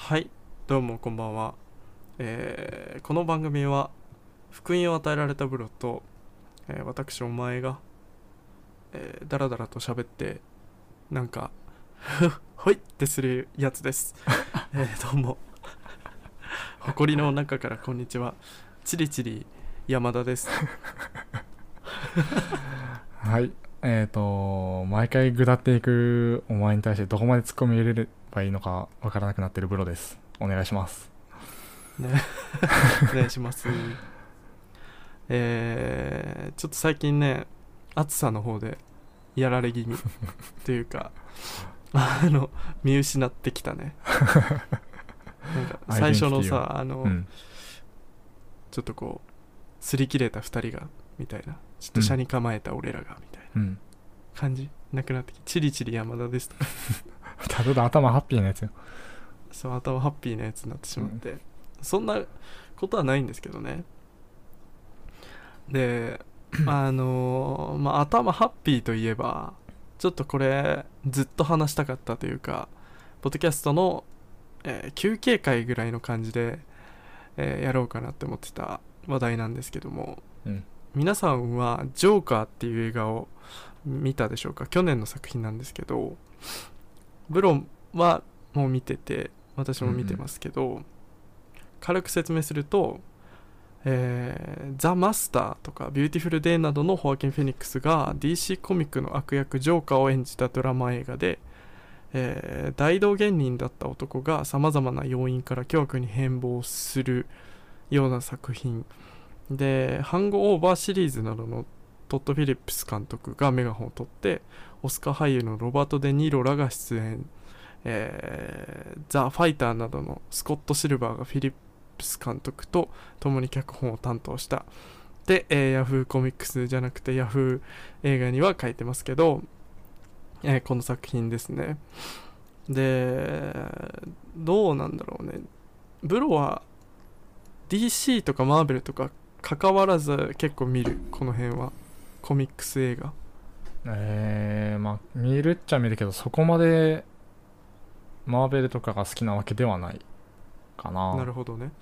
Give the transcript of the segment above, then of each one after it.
はい、どうもこんばんは。この番組は福音を与えられたブロと、私お前が、だらだらと喋ってなんかほいってするやつです。どうも誇りの中からこんにちは。チリチリ山田です。 はい。毎回下っていくお前に対してどこまで突っ込み入れればいいのかわからなくなってるブロです。お願いします。 ねお願いします。ちょっと最近ね、暑さの方でやられ気味というか見失ってきたね。なんかアイデ最ンティティを。 初のさ、 うん。 ちょっとこう擦り切れた二人がみたいな、ちょっと車うん。 に構えた俺らがみたいなうん。 感じなくなってきて、チリチリ山田ですとかただ頭ハッピーなやつよ。 そう頭ハッピーなやつになってしうん。 まって、そんなことはないんですけどね。で頭ハッピーといえば、ちょっとこれずっと話したかったというか、ポッドキャストの、休憩会ぐらいの感じで、やろうかなって思ってた話題なんですけども、 うん。 皆さんはジョーカーっていう映画を見たでしょうか？去年の作品なんですけど、ブロンはもう見てて、私も見てうん。 ますけど、軽く説明すると、ザ・マスターとかビューティフル・デイなどのホアキン・フェニックスが DC コミックの悪役ジョーカーを演じたドラマ映画で、大道芸人だった男がさまざまな要因から凶悪に変貌するような作品で、ハングオーバーシリーズなどのトッド・フィリップス監督がメガホンを取って、オスカー俳優のロバート・デ・ニーロらが出演、ザ・ファイターなどのスコット・シルバーがフィリップス監督と共に脚本を担当したで、ヤフーコミックスじゃなくてヤフー映画には書いてますけど、この作品ですね。で、どうなんだろうね。ブロは DC とかマーベルとか関わらず結構見る、この辺はコミックス映画。 まあ、見るっちゃ見るけど、そこまでマーベルとかが好きなわけではないかなな。 るほどね。 うん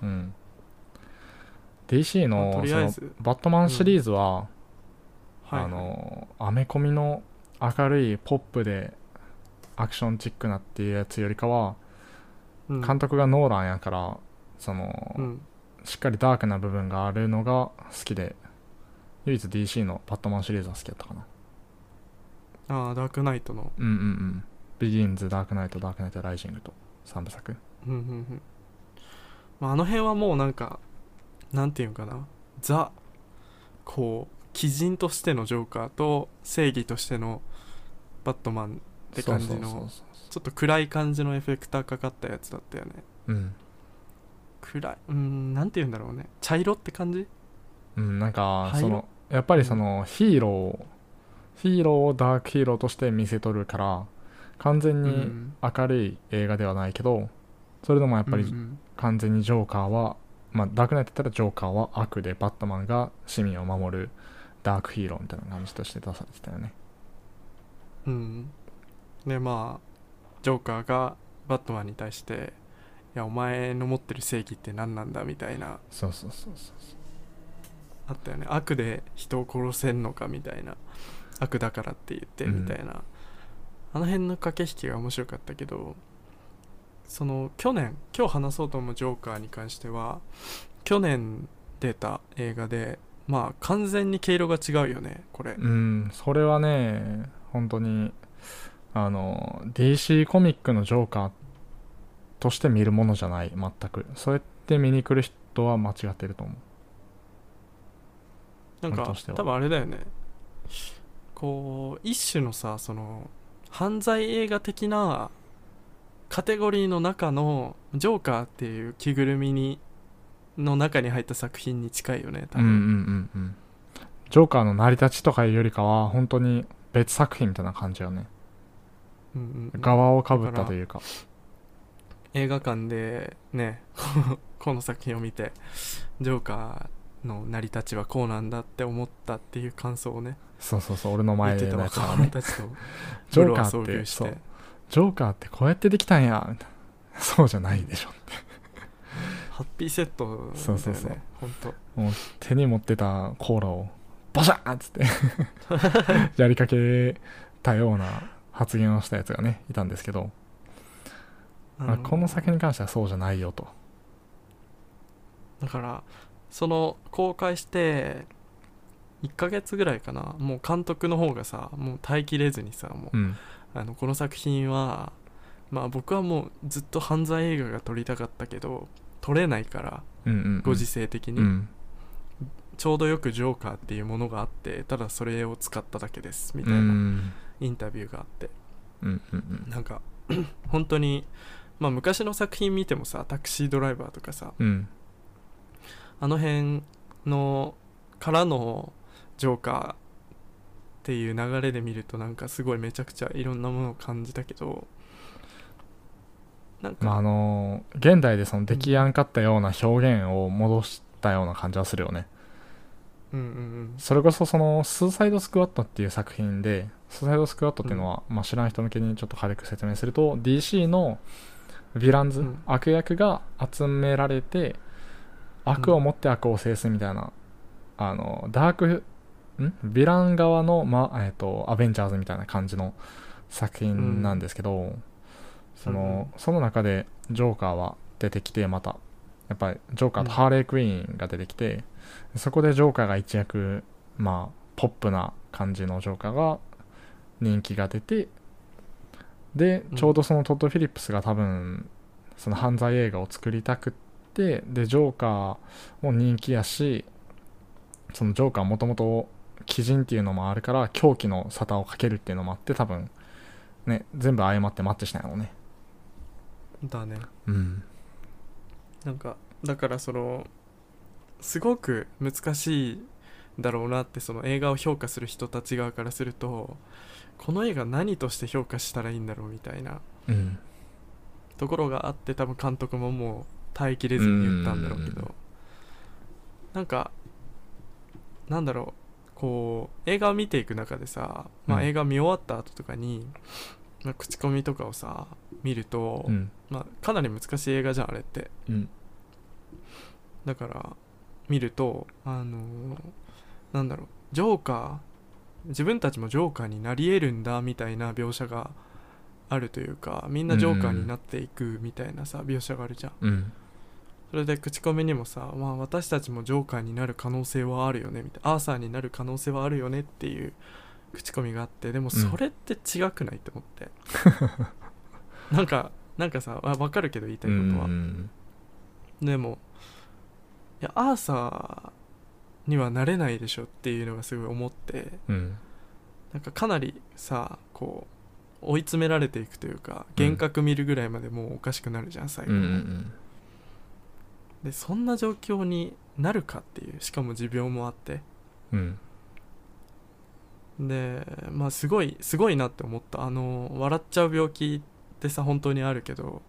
。DC との、その、 りあえず、 バットマンシうん、 リーズは、 はいはい。 アメコミの明るいポップでアクションチックなっていうやつよりかは、監うん督がノーランやから、そのうんしっかりダークな部分があるのが好きで、唯一 DC のバットマンシリーズは好きだったかな。 ダークナイトの、 うんうんうん。ビギンズ、ダークナイト、ダークナイトライジングと3部作。 うんうんうん、あの辺はもうなんか、なんていうかな、ザ、こう鬼人としてのジョーカーと正義としてのバットマンってそう感じの、 そうそうそちょっと暗い感じのエフェクターかかったやつだったよね。 う。うん。 暗い、なんていうんだろうね、茶色って感じ。 うん、なんか、 灰色。 やっぱうんりそのヒーローをダークヒーローとして見せとるから、完全にうん明るい映画ではないけど、それでもやっうんうぱりん完全にジョーカーは、まあ、ダークナイトだったらジョーカーは悪で、バットマンが市民を守るダークヒーローみたいな感じとして出されてたよね。 うんで、まあジョーカーがバットマンに対して、いやお前の持ってる正義って何なんだみたいな、 そうそうそうそう。 あったよね。悪で人を殺せんのかみたいな、悪だからって言ってうん。 みたいな、あの辺の駆け引きが面白かったけど、その今日話そうと思うジョーカーに関しては、去年出た映画で、まあ完全に毛色が違うよねこれ。 うん、それはね、本当に、DC コミックのジョーカーとして見るものじゃない、全く。そうやって見に来る人は間違ってると思う。 なんか俺としては。 多分あれだよね、こう一種のさ、その犯罪映画的なカテゴリーの中のジョーカーっていう着ぐるみにの中に入った作品に近いよね多分。 うんうんうんうん。ジョーカーの成り立ちとかいうよりかは、本当に別作品みたいな感じよね。 うんうんうん。 側をかぶだからったというか。 映画館でねこの作品を見て、ジョーカーの成り立ちはこうなんだって思ったっていう感想をね、 そうそうそう、俺の前の言ってた若やつからね。 者たちとジョーブロは遭カーって、そう。 遇して、 ジョーカーってこうやってできたんや、みたいな。 そうじゃないでしょ。 ハッピーセットだよね。 そうそうそう、 本当。 もう手に持ってたコーラをバシャーっつってやりかけたような発言をしたやつがねいたんですけど、この作品に関してはそうじゃないよと。 だからその公開して1ヶ月ぐらいかな、もう監督の方がさ、もう耐えきれずにさ、もう、 うんこの作品はまあ僕はもうずっと犯罪映画が撮りたかったけど撮れないから、 うんうんうん、 ご時世的に、ちょうどよくジョーカーっていうものがあって、ただそれを使っただけですみたいなインタビューがあって、 うんうんうん、 なんか本当にまあ昔の作品見てもさ、タクシードライバーとかさ、 うん、 あの辺のからのジョーカーっていう流れで見ると、なんかすごいめちゃくちゃいろんなものを感じたけど、なんかまあ現代でその出来上がったような表現を戻したような感じはするよね。 うんうんうん、 それこそそのスーサイドスクワットっていう作品で、スーサイドスクワットっていうのは、まあ、知らん人向けにちょっと軽く説明すると DC のヴィランズ、悪役が集められて悪をもって悪を制すみたいな、ダークヴィラン側の、アベンジャーズみたいな感じの作品なんですけど、その中でジョーカーは出てきて、またやっぱりジョーカーとハーレークイーンが出てきて、そこでジョーカーが一躍まあポップな感じのジョーカーが人気が出て、でちょうどそのトッド・フィリップスが多分その犯罪映画を作りたくって、でジョーカーも人気やし、そのジョーカーもともと鬼人っていうのもあるから狂気の沙汰をかけるっていうのもあって、多分ね全部相まってマッチしたんやろうね。 だね。 うん。 なんかだからそのすごく難しいだろうなって、その映画を評価する人たち側からすると、この映画何として評価したらいいんだろうみたいなところがあって、多分監督ももう耐えきれずに言ったんだろうけど、なんかなんだろう、こう映画を見ていく中でさ、まあ、映画見終わった後とかに、まあ、口コミとかをさ見ると、まあ、かなり難しい映画じゃんあれって、だから見るとなんだろう、ジョーカー、自分たちもジョーカーになり得るんだみたいな描写があるというか、みんなジョーカーになっていくみたいなさ描写があるじゃん、それで口コミにもさ、まあ、私たちもジョーカーになる可能性はあるよねみたいな、アーサーになる可能性はあるよねっていう口コミがあって、でもそれって違くないって思って、なんかさ、分かるけど言いたいことは、でもいやアーサーにはなれないでしょっていうのがすごい思って、なんかかなりさこう追い詰められていくというか、幻覚見るぐらいまでもうおかしくなるじゃん最後、でそんな状況になるかっていう、しかも持病もあって、でまあすごいなって思った。笑っちゃう病気ってさ本当にあるけど、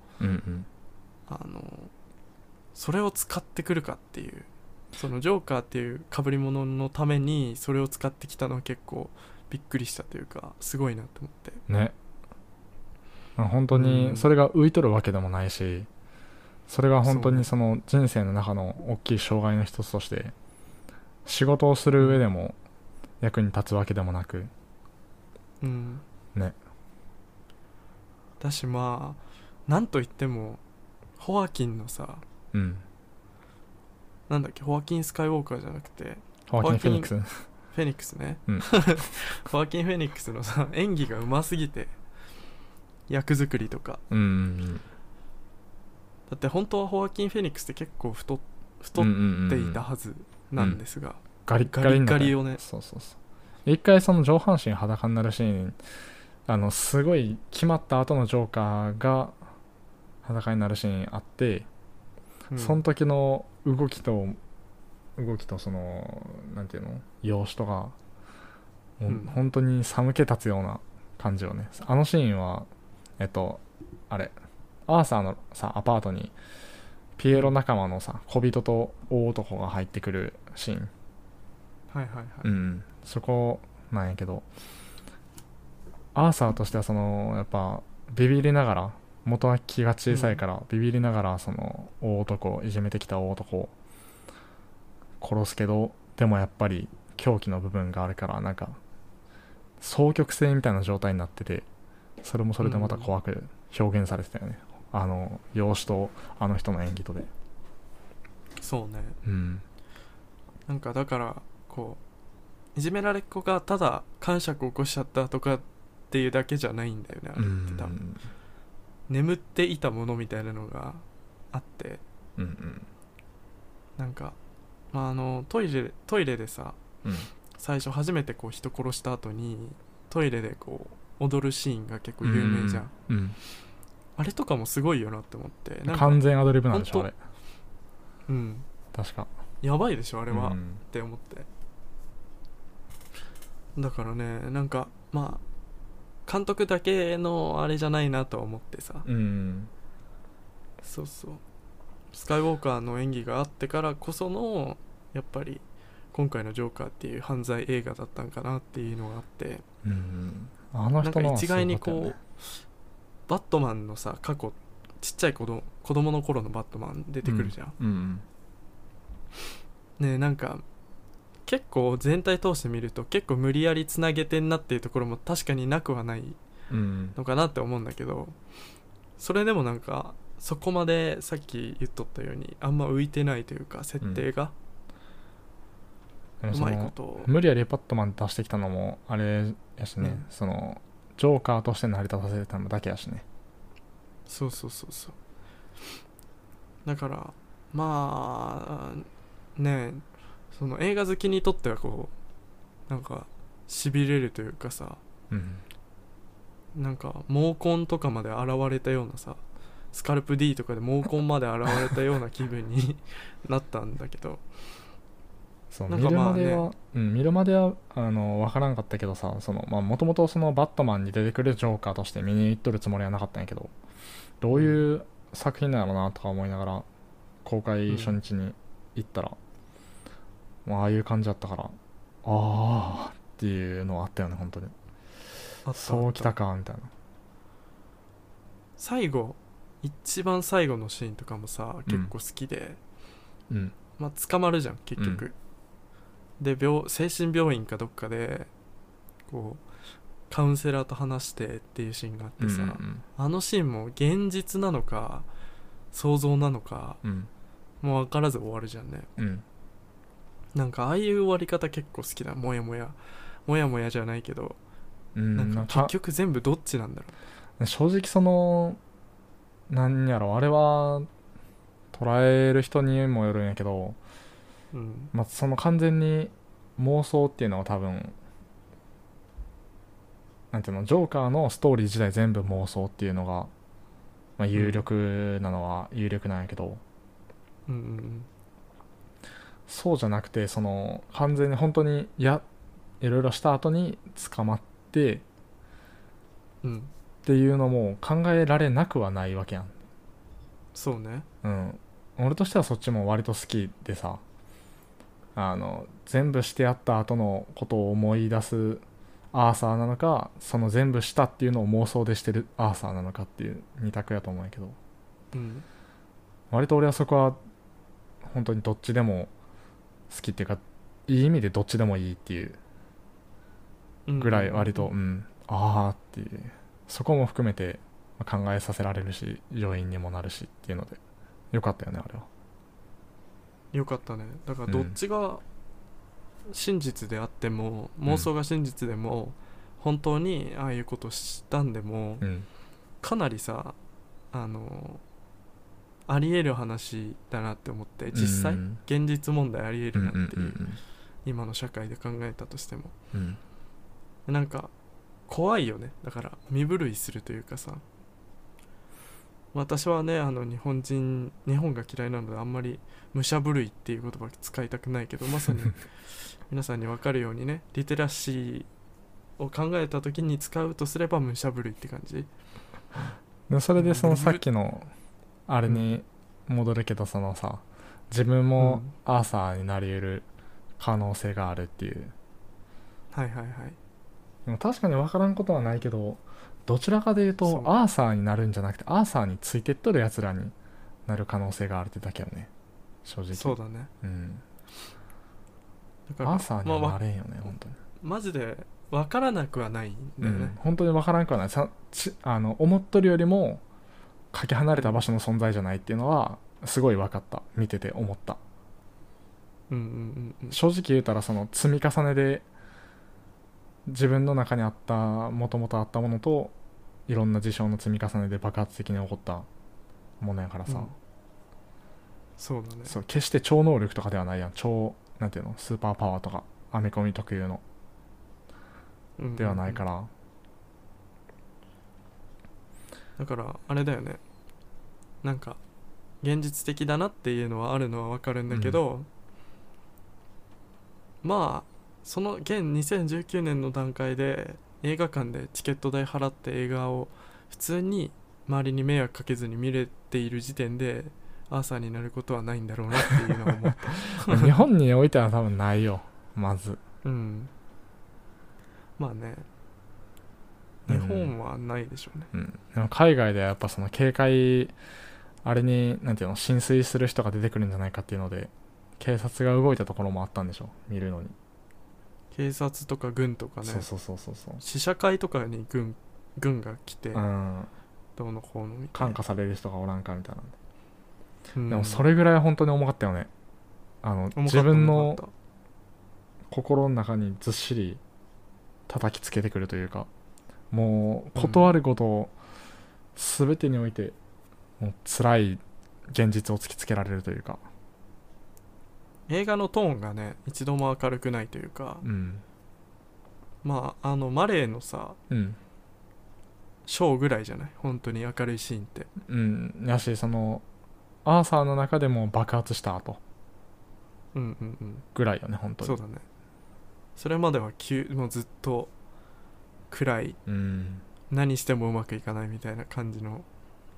それを使ってくるかっていう、そのジョーカーっていう被り物のためにそれを使ってきたのは結構びっくりしたというか、すごいなって思ってね。本当にそれが浮いとるわけでもないし、それが本当にその人生の中の大きい障害の一つとして仕事をする上でも役に立つわけでもなく、ね。 だし、まあなんといってもホアキンのさ、なんだっけ、ホアキン・スカイウォーカーじゃなくてホアキン・フェニックスフェニックスね、ホアキン・フェニックスのさ演技がうますぎて、役作りとか、だって本当はホアキン・フェニックスって結構太っていたはずなんですが、 ガリッガリをね、 そう一回その上半身裸になるシーン、すごい決まった後のジョーカーが裸になるシーンあって、その時の動きとそのなんていうの、容姿とかもう本当に寒気立つような感じよね。あのシーンはあれアーサーのさアパートにピエロ仲間のさ小人と大男が入ってくるシーン、そこなんやけど、アーサーとしてはそのやっぱビビりながら元は気が小さいからビビりながらその大男いじめてきた大男を殺すけど、でもやっぱり狂気の部分があるからなんか双極性みたいな状態になってて、それもそれでまた怖く表現されてたよね、養子とあの人の演技とで。 そうね。 うん、 なんかだからこういじめられっ子がただ感触を起こしちゃったとかっていうだけじゃないんだよね、あれって多分眠っていたものみたいなのがあって、 うんうん、 なんか、まあ、トイレでさ、 うん、 最初初めてこう人殺した後にトイレでこう踊るシーンが結構有名じゃん、 うんうん、 あれとかもすごいよなって思って、なんか完全アドリブなんでしょあれ。 うん、 確かやばいでしょあれは、 うん、 って思って。だからね、なんかまあ監督だけのあれじゃないなとは思ってさ、 うん、 そうそう、スカイウォーカーの演技があってからこそのやっぱり今回のジョーカーっていう犯罪映画だったんかなっていうのがあって、 うん、あの人のなんか一概にこう、 すごかったよね、 バットマンのさ過去、ちっちゃい子供の頃のバットマン出てくるじゃん、 うんうんねえ、なんか結構全体通して見ると結構無理やりつなげてんなっていうところも確かになくはないうんのかなって思うんだけど、それでもなんかそこまでさっき言っとったようにあんま浮いてないというか、設定がうまいことを、 無理やりバットマン出してきたのもあれやしね、そのジョーカーとして成り立たせたのだけやしね。 そうそうそうそう、だからまあね、その映画好きにとってはこうなんかしびれるというかさ、 うん、 なんか毛根とかまで現れたようなさ、スカルプ D とかで毛根まで現れたような気分になったんだけど、 そうなんかまあね、 見るまでは分からんかったけどさ、もともとそのバットマンに出てくるジョーカーとして見に行っとるつもりはなかったんやけど、どういう作品なのなとか思いながら公開初日に行ったら、ああいう感じだったから、ああっていうのはあったよね本当に。 あったそうきたかみたいな。 最後、一番最後のシーンとかもさ結構好きで、 うん、 まあ捕まるじゃん結局、で精神病院かどっかでこうカウンセラーと話してっていうシーンがあってさ、あのシーンも現実なのか想像なのか、もう分からず終わるじゃんね、なんかああいう終わり方結構好きだ。もやもやじゃないけど、なんか結局全部どっちなんだろう。正直そのなんやろ、あれは捉える人にもよるんやけど、その完全に妄想っていうのは多分なんていうの、ジョーカーのストーリー自体全部妄想っていうのが、有力なのは有力なんやけど、そうじゃなくて、その完全に本当にいろいろした後に捕まって、っていうのも考えられなくはないわけやん。 そうね。 俺としてはそっちも割と好きでさ、全部してやった後のことを思い出すアーサーなのか、その全部したっていうのを妄想でしてるアーサーなのかっていう二択やと思うんやけど、割と俺はそこは本当にどっちでも好きっていうか、いい意味でどっちでもいいっていうぐらい割とああっていう、そこも含めて考えさせられるし要因にもなるしっていうのでよかったよね、あれは。 よかったね。だからどっちが真実であっても、妄想が真実でも、本当にああいうことしたんでも、かなりさありえる話だなって思って、実際、現実問題ありえるなっていう、今の社会で考えたとしても、なんか怖いよね。だから身震いするというかさ、私はね日本が嫌いなのであんまり武者震いっていう言葉使いたくないけど、まさに皆さんに分かるようにね、リテラシーを考えた時に使うとすれば武者震いって感じで、それでそのさっきのあれに戻るけど、そのさ、自分もアーサーになり得る可能性があるっていう、 はいはいはい。 でも確かに分からんことはないけど、 どちらかで言うそうとアーサーになるんじゃなくてアーサーについてっとるやつらになる可能性があるってだけよね、正直。 そうだね。 うん、 だからアーサーにはまあなれんよね、本当に。 マジで分からなくはないんだよね。 本当に分からんくはない。思っとるよりもかけ離れた場所の存在じゃないっていうのはすごい分かった、見てて思った。 うんうんうん正直言うたらその積み重ねで自分の中にあったもともとあったものといろんな事象の積み重ねで爆発的に起こったものやからさ、 うん。そうだね。 そう決して超能力とかではないやん。なんていうの、スーパーパワーとかアメコミ特有のではないから、 だからあれだよね、なんか現実的だなっていうのはあるのは分かるんだけど、まあその現2019年の段階で映画館でチケット代払って映画を普通に周りに迷惑かけずに見れている時点でアーサーになることはないんだろうなっていうのを思った日本においては多分ないよ、まず。 うんまあね、日本はないでしょうね。 でも海外ではやっぱその警戒、あれになんていうの、浸水する人が出てくるんじゃないかっていうので警察が動いたところもあったんでしょ、見るのに。 警察とか軍とかね、 そうそうそうそうそう、 試写会とかに軍が来て、 うん、 どうのこうのみたいな感化される人がおらんかみたいなんで、 うんでもそれぐらい本当に重かったよね。 重かった自分の重かっ心の中にずっしり叩きつけてくるというか、もう断ることを全てにおいてもう辛い現実を突きつけられるというか、 た映画のトーンがね一度も明るくないというか、まあマレーのさショーぐらいじゃない、本当に明るいシーンって。 やし、そのアーサーの中でも爆発した後ぐらいよね、本当に。 そうだね。それまではもうずっと暗い、何してもうまくいかないみたいな感じの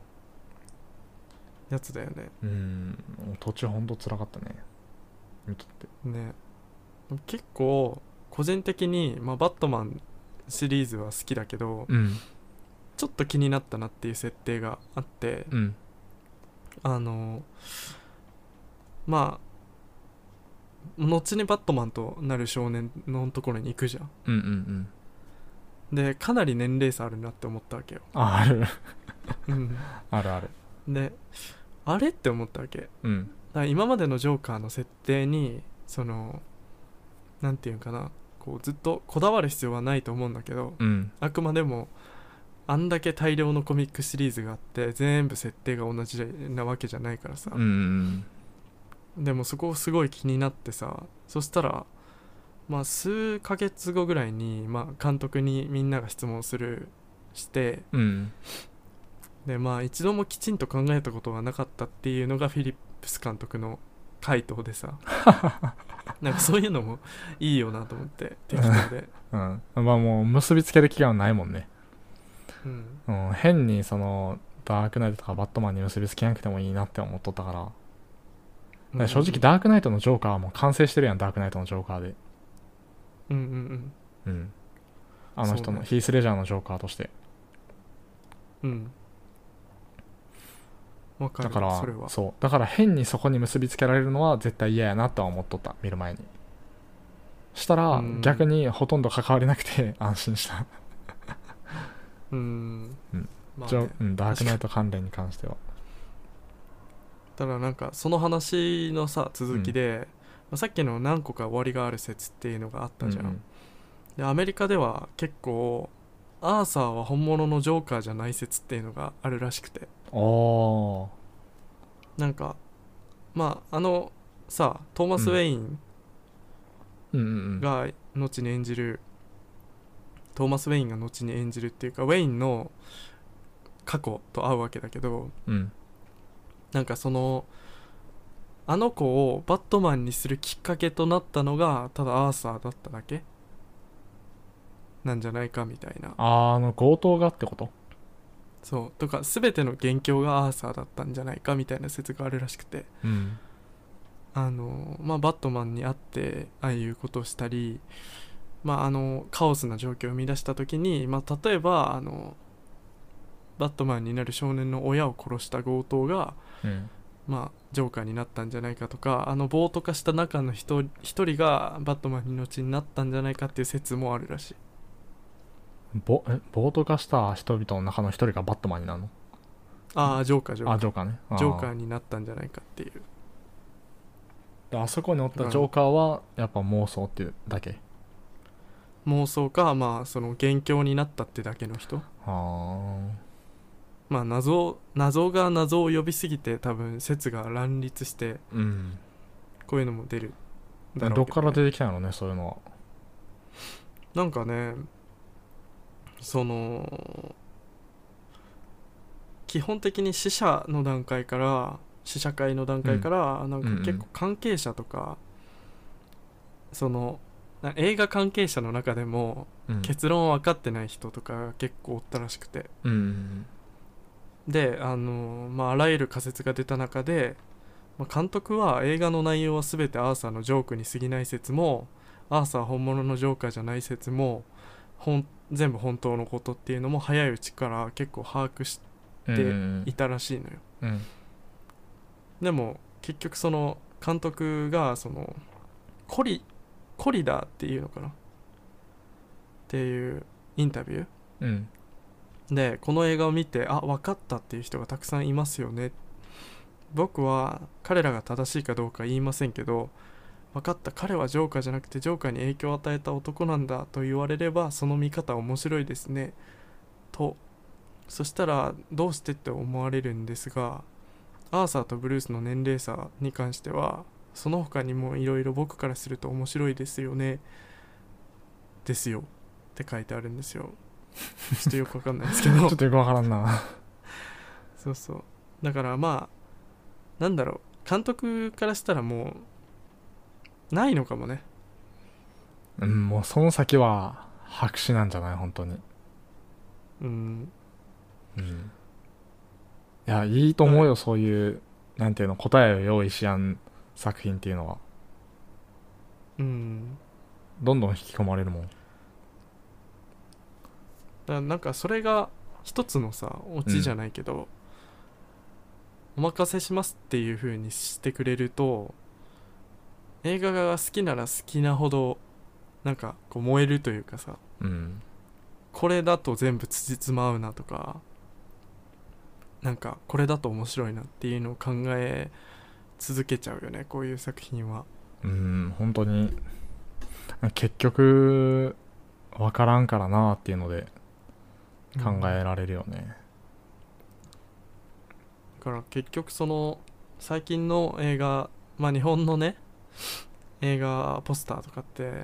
やつだよね。 途中本当辛かったね、見とってね。結構個人的に、バットマンシリーズは好きだけど、ちょっと気になったなっていう設定があって、まあ後にバットマンとなる少年のところに行くじゃん。でかなり年齢差あるなって思ったわけよ。 あるあるある。 であれって思ったわけ。だから今までのジョーカーの設定にそのなんていうかな、こうずっとこだわる必要はないと思うんだけど、あくまでもあんだけ大量のコミックシリーズがあって全部設定が同じなわけじゃないからさ、でもそこすごい気になってさ、そしたら数ヶ月後ぐらいに、監督にみんなが質問して、で一度もきちんと考えたことがなかったっていうのがフィリップス監督の回答でさなんかそういうのもいいよなと思って適当でもう結びつける気がないもんね。変にそのダークナイトとかバットマンに結びつけなくてもいいなって思っとったから、正直ダークナイトのジョーカーはもう完成してるやん、ダークナイトのジョーカーで。あの人の、ヒース・レジャーのジョーカーとして。 わかる。 だからそれはだから変にそこに結びつけられるのは絶対嫌やなとは思っとった、見る前に。したら逆にほとんど関わりなくて安心したダークナイト関連に関しては。 ただなんかその話のさ続きで、さっきの何個か終わりがある説っていうのがあったじゃん。でアメリカでは結構アーサーは本物のジョーカーじゃない説っていうのがあるらしくて、なんかさトーマス・ウェインが後に演じる、トーマス・ウェインが後に演じるっていうかウェインの過去と会うわけだけど、なんかそのあの子をバットマンにするきっかけとなったのがただアーサーだっただけなんじゃないかみたいな。 強盗がってこと？ そうとか全ての元凶がアーサーだったんじゃないかみたいな説があるらしくて、バットマンに会ってああいうことをしたり、カオスな状況を生み出した時に、例えばバットマンになる少年の親を殺した強盗が、 うんまあジョーカーになったんじゃないかとか、暴徒化した中の一人がバットマンに後になったんじゃないかっていう説もあるらしい。 暴徒化した人々の中の一人がバットマンになるの？ ああ、ジョーカージョーカーね。 ジョーカーになったんじゃないかっていう。 であそこにおったジョーカーはやっぱ妄想っていうだけ？ 妄想か、まあその元凶になったってだけの人。まあ謎が謎を呼びすぎて多分説が乱立して、 うん、 こういうのも出るだろうけどね。どっから出てきたのね、そういうのは。 なんかね、その基本的に試写会の段階からなんか結構関係者とか、その映画関係者の中でも結論分かってない人とかが結構おったらしくて、でまああらゆる仮説が出た中で、まあ、監督は映画の内容は全てアーサーのジョークに過ぎない説も、アーサー本物のジョーカーじゃない説も全部本当のことっていうのも早いうちから結構把握していたらしいのよ、でも結局その監督がそのコリダーっていうのかなっていうインタビュー、でこの映画を見て分かったっていう人がたくさんいますよね。僕は彼らが正しいかどうか言いませんけど、分かった、彼はジョーカーじゃなくてジョーカーに影響を与えた男なんだと言われればその見方面白いですねと。そしたらどうしてって思われるんですが、アーサーとブルースの年齢差に関してはその他にもいろいろ僕からすると面白いですよねですよって書いてあるんですよ。ちょっとよくわかんないですけどちょっとよくわからんなそうそう、だからまあなんだろう、監督からしたらもうないのかもね。 もうその先は白紙なんじゃない、本当に。いや、いいと思うよ、そういうなんていうの、答えを用意しやん作品っていうのは。どんどん引き込まれるもん。 だからなんかそれが一つのさオチじゃないけど、お任せしますっていう風にしてくれると、映画が好きなら好きなほどなんかこう燃えるというかさ、これだと全部辻褄合うなとか、なんかこれだと面白いなっていうのを考え続けちゃうよね、こういう作品は。 本当に結局分からんからなっていうので考えられるよね、 だから結局その最近の映画、まあ日本のね映画ポスターとかって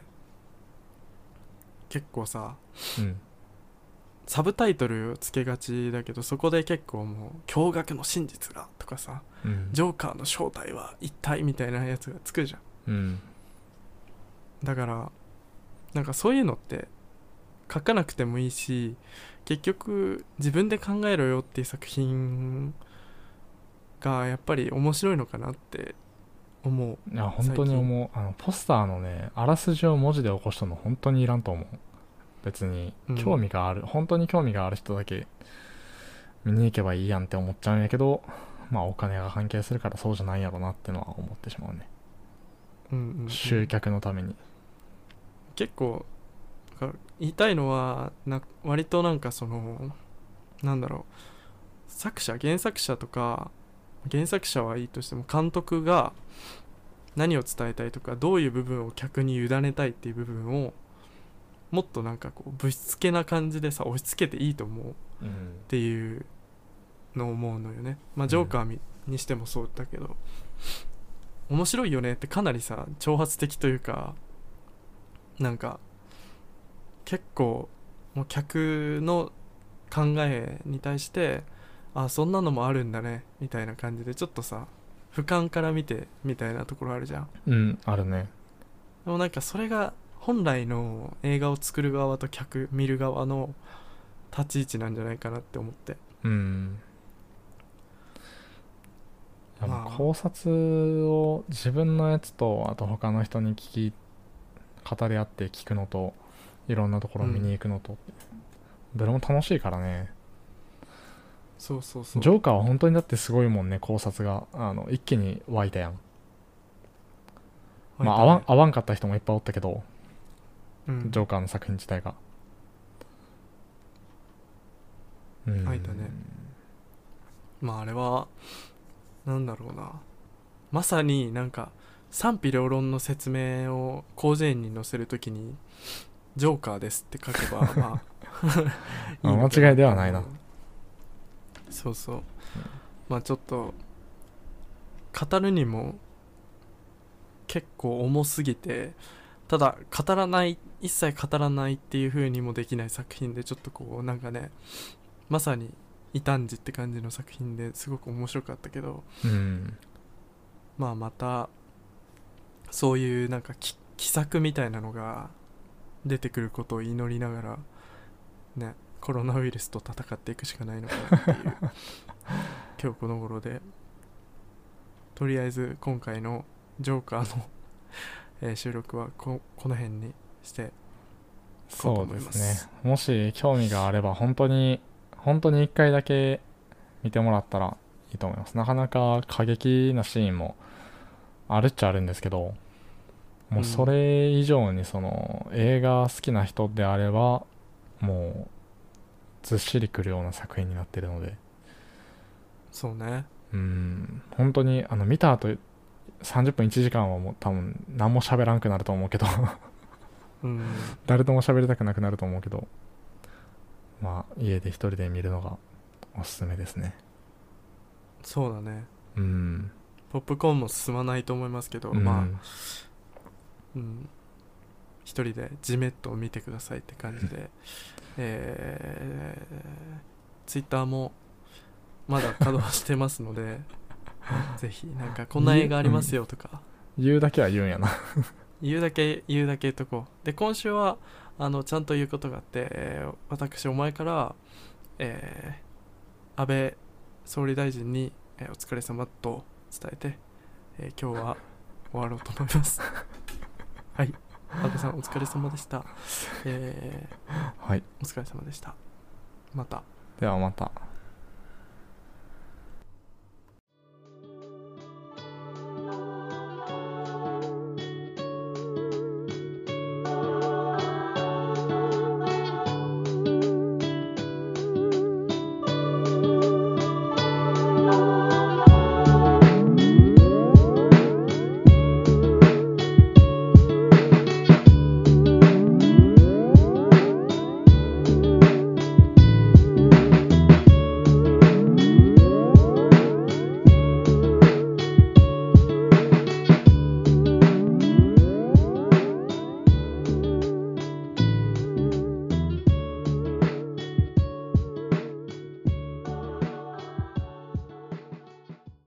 結構さ、サブタイトルつけがちだけど、そこで結構もう驚愕の真実がとかさ、ジョーカーの正体は一体みたいなやつがつくじゃん、だからなんかそういうのって書かなくてもいいし、結局自分で考えろよっていう作品がやっぱり面白いのかなって思う。 いや本当に思う。ポスターのねあらすじを文字で起こしたの本当にいらんと思う。別に興味がある、本当に興味がある人だけ見に行けばいいやんって思っちゃうんやけど、まあお金が関係するからそうじゃないやろなってのは思ってしまうね、集客のために。 結構言いたいのは割となんかそのなんだろう、原作者とか、原作者はいいとしても監督が何を伝えたいとか、どういう部分を客に委ねたいっていう部分をもっとなんかこうぶしつけな感じでさ押し付けていいと思うっていうのを思うのよね。まあジョーカーにしてもそうだけど、面白いよねってかなりさ挑発的というか、なんか結構もう客の考えに対してそんなのもあるんだねみたいな感じでちょっとさ俯瞰から見てみたいなところあるじゃん。 あるね。 でもなんかそれが本来の映画を作る側と見る側の立ち位置なんじゃないかなって思って。 考察を自分のやつとあと他の人に語り合って聞くのと、いろんなところ見に行くのと、どれも楽しいからね。 そうそうそう。 ジョーカーは本当にだってすごいもんね、考察が一気に湧いたやん。まあ合わんかった人もいっぱいおったけど、 うん、 ジョーカーの作品自体が湧いたね。まああれはなんだろうな、まさになんか賛否両論の説明を広辞苑に載せるときにジョーカーですって書けばまあいいのかな。 間違いではないな。 そうそう、まあちょっと語るにも結構重すぎて、ただ語らない、一切語らないっていう風にもできない作品で、ちょっとこうなんかね、まさに異端児って感じの作品ですごく面白かったけど、まあまたそういうなんか奇策みたいなのが出てくることを祈りながらね、コロナウイルスと戦っていくしかないのかなっていう今日この頃で、とりあえず今回のジョーカーの収録はこの辺にしていこうと思います。そうですね、 もし興味があれば本当に1回だけ見てもらったらいいと思います。なかなか過激なシーンもあるっちゃあるんですけど、もうそれ以上にその映画好きな人であればもうずっしりくるような作品になってるので、 そうね、 本当に見た後30分1時間はもう多分何も喋らんくなると思うけど誰とも喋りたくなくなると思うけど、まあ家で一人で見るのがおすすめですね。 そうだね、ポップコーンも進まないと思いますけど、まあ一人でジメッと見てくださいって感じでツイッターもまだ稼働してますのでぜひなんかこんな映画ありますよとか言うだけは言うんやな言うだけ言うとこで、今週はちゃんと言うことがあって、私お前から、安倍総理大臣に、お疲れ様と伝えて、今日は終わろうと思いますはい、安倍さんお疲れ様でした、 はい、 お疲れ様でした。また。 ではまた。